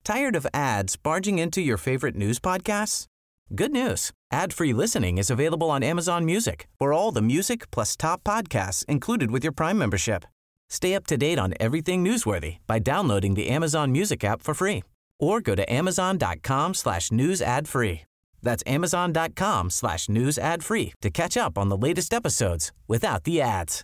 Tired of ads barging into your favorite news podcasts? Good news. Ad-free listening is available on Amazon Music for all the music plus top podcasts included with your Prime membership. Stay up to date on everything newsworthy by downloading the Amazon Music app for free or go to amazon.com/news ad free. That's amazon.com/news ad free to catch up on the latest episodes without the ads.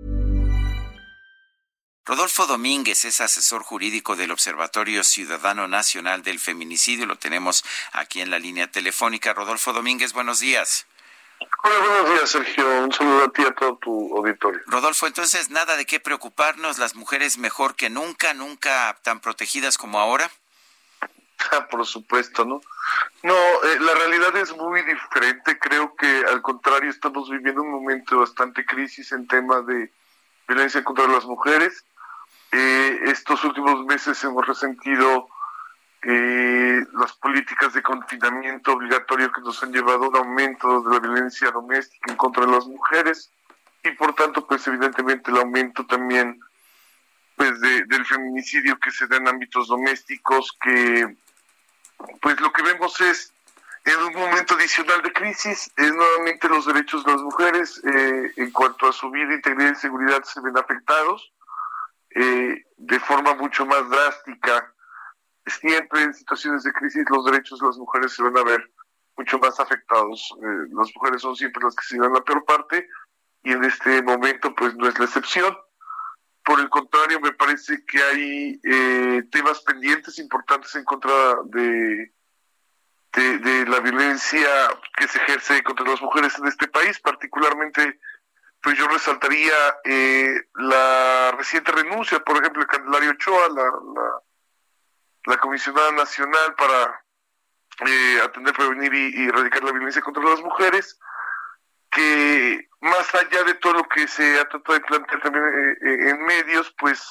Rodolfo Domínguez es asesor jurídico del Observatorio Ciudadano Nacional del Feminicidio. Lo tenemos aquí en la línea telefónica. Rodolfo Domínguez, buenos días. Hola, buenos días, Sergio. Un saludo a ti y a todo tu auditorio. Rodolfo, entonces, nada de qué preocuparnos, las mujeres mejor que nunca, nunca tan protegidas como ahora. Por supuesto, ¿no? No, la realidad es muy diferente. Creo que, al contrario, estamos viviendo un momento de bastante crisis en temas de violencia contra las mujeres. Estos últimos meses hemos resentido las políticas de confinamiento obligatorio que nos han llevado a un aumento de la violencia doméstica en contra de las mujeres y por tanto pues evidentemente el aumento también pues del feminicidio que se da en ámbitos domésticos, que pues lo que vemos es en un momento adicional de crisis, nuevamente los derechos de las mujeres en cuanto a su vida, integridad y seguridad se ven afectados de forma mucho más drástica. Siempre en situaciones de crisis los derechos de las mujeres se van a ver mucho más afectados. Las mujeres son siempre las que se llevan la peor parte y en este momento pues no es la excepción. Por el contrario, me parece que hay temas pendientes importantes en contra de la violencia que se ejerce contra las mujeres en este país. Particularmente, pues yo resaltaría la reciente renuncia, por ejemplo, de Candelaria Ochoa, la comisionada nacional para atender, prevenir y erradicar la violencia contra las mujeres, que más allá de todo lo que se ha tratado de plantear también en medios, pues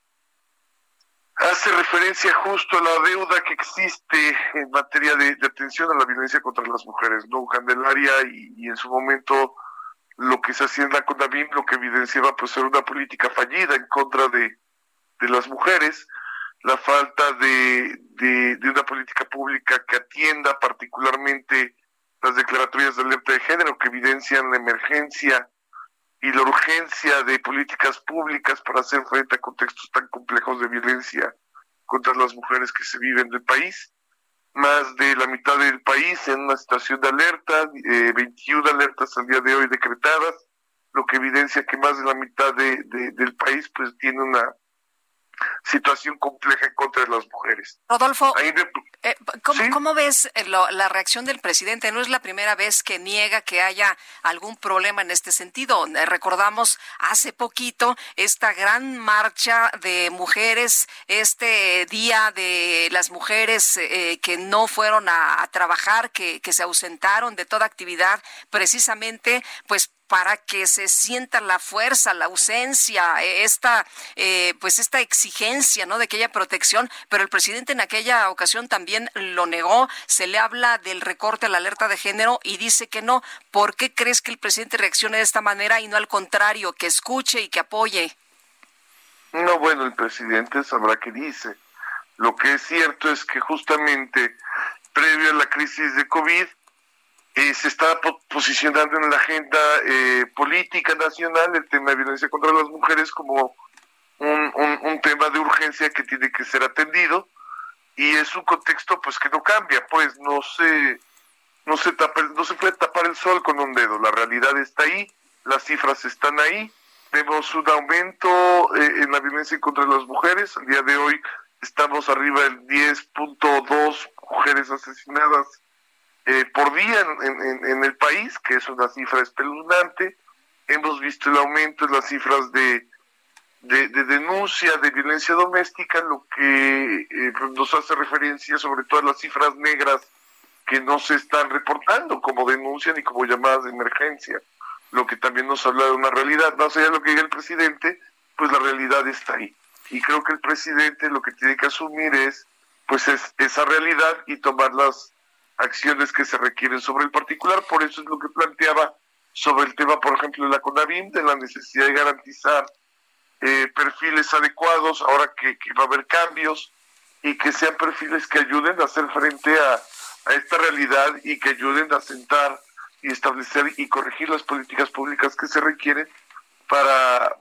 hace referencia justo a la deuda que existe en materia de atención a la violencia contra las mujeres, ¿no? Candelaria y en su momento lo que se hacía en la CONAVIM, lo que evidenciaba pues era una política fallida en contra de las mujeres, la falta de una política pública que atienda particularmente las declaratorias de alerta de género que evidencian la emergencia y la urgencia de políticas públicas para hacer frente a contextos tan complejos de violencia contra las mujeres que se viven en el país. Más de la mitad del país en una situación de alerta, 21 alertas al día de hoy decretadas, lo que evidencia que más de la mitad del país pues tiene una situación compleja en contra de las mujeres. Rodolfo, ¿Sí? ¿cómo ves la reacción del presidente? No es la primera vez que niega que haya algún problema en este sentido. Recordamos hace poquito esta gran marcha de mujeres, este día de las mujeres que no fueron a trabajar, que se ausentaron de toda actividad, precisamente pues para que se sienta la fuerza, la ausencia, esta exigencia, ¿no?, de que haya protección, pero el presidente en aquella ocasión también lo negó. Se le habla del recorte a la alerta de género y dice que no. ¿Por qué crees que el presidente reaccione de esta manera y no al contrario, que escuche y que apoye? No, bueno, el presidente sabrá qué dice. Lo que es cierto es que justamente previo a la crisis de COVID, se está posicionando en la agenda política nacional el tema de violencia contra las mujeres como un tema de urgencia que tiene que ser atendido, y es un contexto pues que no cambia, pues no se puede tapar el sol con un dedo. La realidad está ahí, las cifras están ahí, vemos un aumento en la violencia contra las mujeres. Al día de hoy estamos arriba del 10.2 mujeres asesinadas por día en el país, que es una cifra espeluznante. Hemos visto el aumento en las cifras de denuncia de violencia doméstica, lo que nos hace referencia sobre todo a las cifras negras que no se están reportando como denuncia ni como llamadas de emergencia, lo que también nos habla de una realidad. Más allá de lo que diga el presidente, pues la realidad está ahí. Y creo que el presidente lo que tiene que asumir es esa realidad y tomar las acciones que se requieren sobre el particular. Por eso es lo que planteaba sobre el tema, por ejemplo, de la CONAVIM, de la necesidad de garantizar perfiles adecuados, ahora que va a haber cambios, y que sean perfiles que ayuden a hacer frente a esta realidad y que ayuden a sentar y establecer y corregir las políticas públicas que se requieren para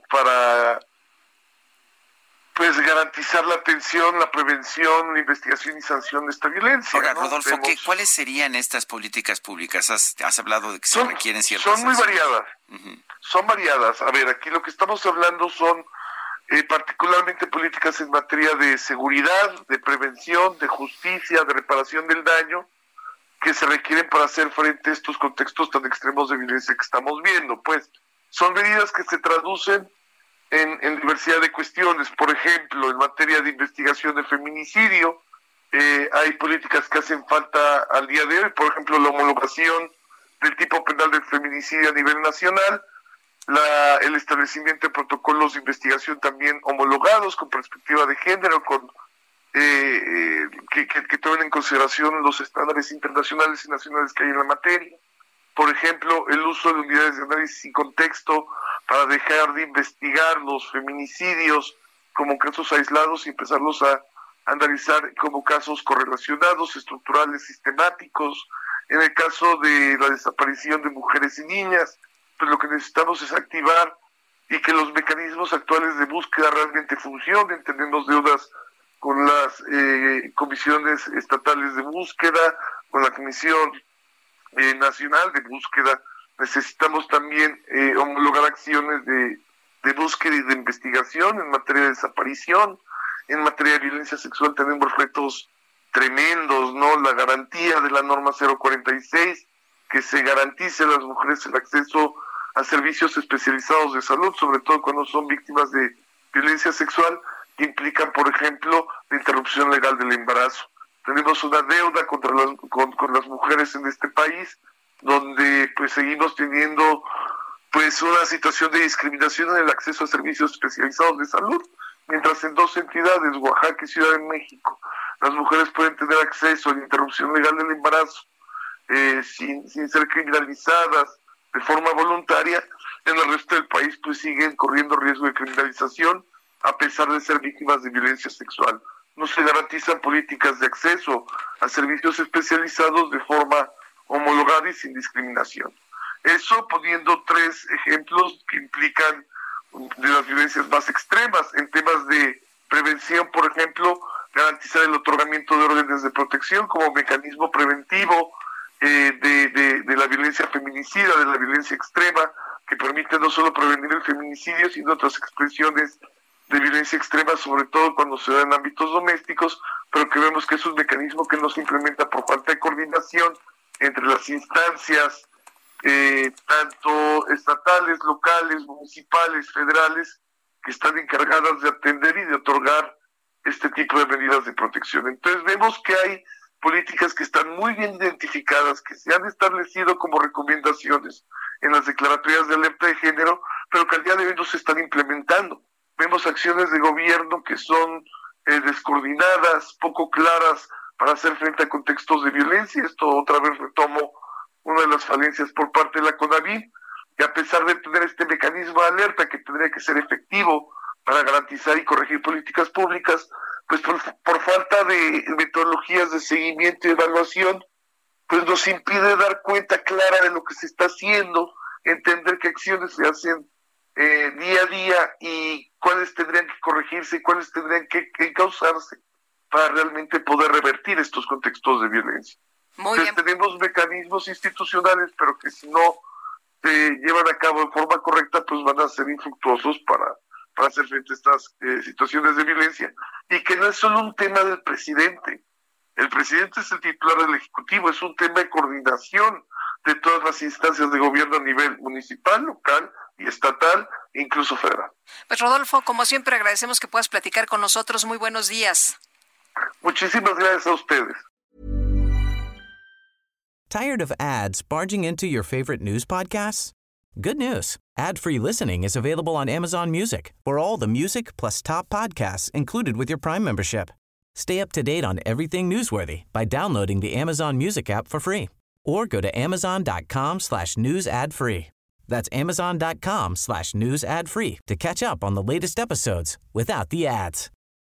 pues garantizar la atención, la prevención, la investigación y sanción de esta violencia. Ahora, ¿no? Rodolfo, ¿cuáles serían estas políticas públicas? Has hablado de que se requieren ciertas Son muy sanciones. variadas. Uh-huh. Son variadas. A ver, aquí lo que estamos hablando son particularmente políticas en materia de seguridad, de prevención, de justicia, de reparación del daño, que se requieren para hacer frente a estos contextos tan extremos de violencia que estamos viendo. Pues son medidas que se traducen en diversidad de cuestiones. Por ejemplo, en materia de investigación de feminicidio, hay políticas que hacen falta al día de hoy. Por ejemplo, la homologación del tipo penal del feminicidio a nivel nacional, el establecimiento de protocolos de investigación también homologados con perspectiva de género, con que tomen en consideración los estándares internacionales y nacionales que hay en la materia. Por ejemplo, el uso de unidades de análisis y contexto para dejar de investigar los feminicidios como casos aislados y empezarlos a analizar como casos correlacionados, estructurales, sistemáticos. En el caso de la desaparición de mujeres y niñas, pues lo que necesitamos es activar y que los mecanismos actuales de búsqueda realmente funcionen. Tenemos deudas con las comisiones estatales de búsqueda, con la Comisión Nacional de Búsqueda. Necesitamos también homologar acciones de búsqueda y de investigación en materia de desaparición. En materia de violencia sexual tenemos retos tremendos, ¿no? La garantía de la norma 046, que se garantice a las mujeres el acceso a servicios especializados de salud, sobre todo cuando son víctimas de violencia sexual, que implican, por ejemplo, la interrupción legal del embarazo. Tenemos una deuda con las mujeres en este país, donde pues seguimos teniendo pues una situación de discriminación en el acceso a servicios especializados de salud, mientras en dos entidades, Oaxaca y Ciudad de México, las mujeres pueden tener acceso a la interrupción legal del embarazo sin ser criminalizadas de forma voluntaria. En el resto del país pues siguen corriendo riesgo de criminalización a pesar de ser víctimas de violencia sexual. No se garantizan políticas de acceso a servicios especializados de forma homologada y sin discriminación. Eso poniendo tres ejemplos que implican de las violencias más extremas. En temas de prevención, por ejemplo, garantizar el otorgamiento de órdenes de protección como mecanismo preventivo de la violencia feminicida, de la violencia extrema, que permite no solo prevenir el feminicidio, sino otras expresiones de violencia extrema, sobre todo cuando se da en ámbitos domésticos, pero que vemos que es un mecanismo que no se implementa por falta de coordinación entre las instancias, tanto estatales, locales, municipales, federales, que están encargadas de atender y de otorgar este tipo de medidas de protección. Entonces vemos que hay políticas que están muy bien identificadas, que se han establecido como recomendaciones en las declaratorias de alerta de género, pero que al día de hoy no se están implementando. Vemos acciones de gobierno que son descoordinadas, poco claras para hacer frente a contextos de violencia. Esto otra vez retomo una de las falencias por parte de la CONAVID, que a pesar de tener este mecanismo de alerta que tendría que ser efectivo para garantizar y corregir políticas públicas, pues por falta de metodologías de seguimiento y evaluación, pues nos impide dar cuenta clara de lo que se está haciendo, entender qué acciones se hacen día a día y cuáles tendrían que corregirse y cuáles tendrían que encauzarse para realmente poder revertir estos contextos de violencia. Entonces tenemos mecanismos institucionales, pero que si no se llevan a cabo de forma correcta, pues van a ser infructuosos para hacer frente a estas situaciones de violencia, y que no es solo un tema del presidente. El presidente es el titular del Ejecutivo, es un tema de coordinación de todas las instancias de gobierno a nivel municipal, local y estatal, e incluso federal. Pues Rodolfo, como siempre agradecemos que puedas platicar con nosotros. Muy buenos días. Muchísimas gracias a ustedes. Tired of ads barging into your favorite news podcasts? Good news. Ad-free listening is available on Amazon Music for all the music plus top podcasts included with your Prime membership. Stay up to date on everything newsworthy by downloading the Amazon Music app for free or go to amazon.com/news ad free. That's amazon.com/news ad free to catch up on the latest episodes without the ads.